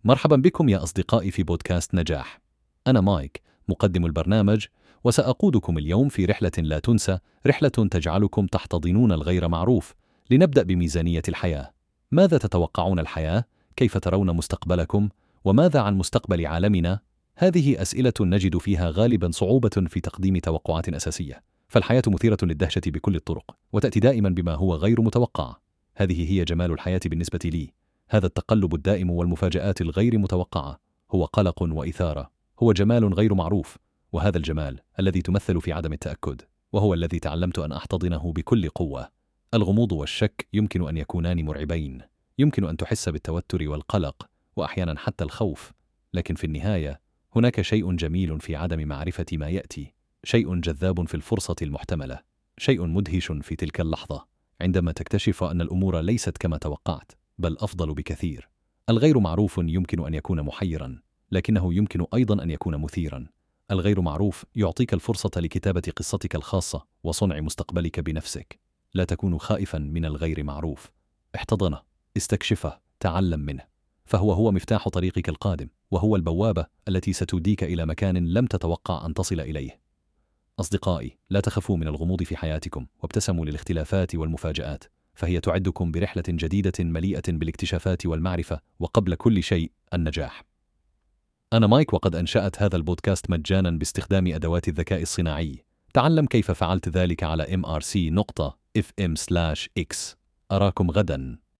مرحبا بكم يا أصدقائي في بودكاست نجاح. أنا مايك، مقدم البرنامج، وسأقودكم اليوم في رحلة لا تنسى، رحلة تجعلكم تحتضنون الغير معروف. لنبدأ بميزانية الحياة. ماذا تتوقعون الحياة؟ كيف ترون مستقبلكم؟ وماذا عن مستقبل عالمنا؟ هذه أسئلة نجد فيها غالبا صعوبة في تقديم توقعات أساسية، فالحياة مثيرة للدهشة بكل الطرق، وتأتي دائما بما هو غير متوقع. هذه هي جمال الحياة بالنسبة لي. هذا التقلب الدائم والمفاجآت الغير متوقعة هو قلق وإثارة، هو جمال غير معروف، وهذا الجمال الذي تمثل في عدم التأكد، وهو الذي تعلمت أن أحتضنه بكل قوة. الغموض والشك يمكن أن يكونان مرعبين، يمكن أن تحس بالتوتر والقلق وأحيانا حتى الخوف، لكن في النهاية هناك شيء جميل في عدم معرفة ما يأتي، شيء جذاب في الفرصة المحتملة، شيء مدهش في تلك اللحظة عندما تكتشف أن الأمور ليست كما توقعت، بل أفضل بكثير. الغير معروف يمكن أن يكون محيراً، لكنه يمكن أيضاً أن يكون مثيراً. الغير معروف يعطيك الفرصة لكتابة قصتك الخاصة وصنع مستقبلك بنفسك. لا تكون خائفاً من الغير معروف، احتضنه، استكشفه، تعلم منه، فهو مفتاح طريقك القادم، وهو البوابة التي ستوديك إلى مكان لم تتوقع أن تصل إليه. أصدقائي، لا تخافوا من الغموض في حياتكم، وابتسموا للاختلافات والمفاجآت، فهي تعدكم برحلة جديدة مليئة بالاكتشافات والمعرفة، وقبل كل شيء النجاح. أنا مايك، وقد أنشأت هذا البودكاست مجانا باستخدام أدوات الذكاء الصناعي. تعلم كيف فعلت ذلك على mrc.fm/x. أراكم غدا.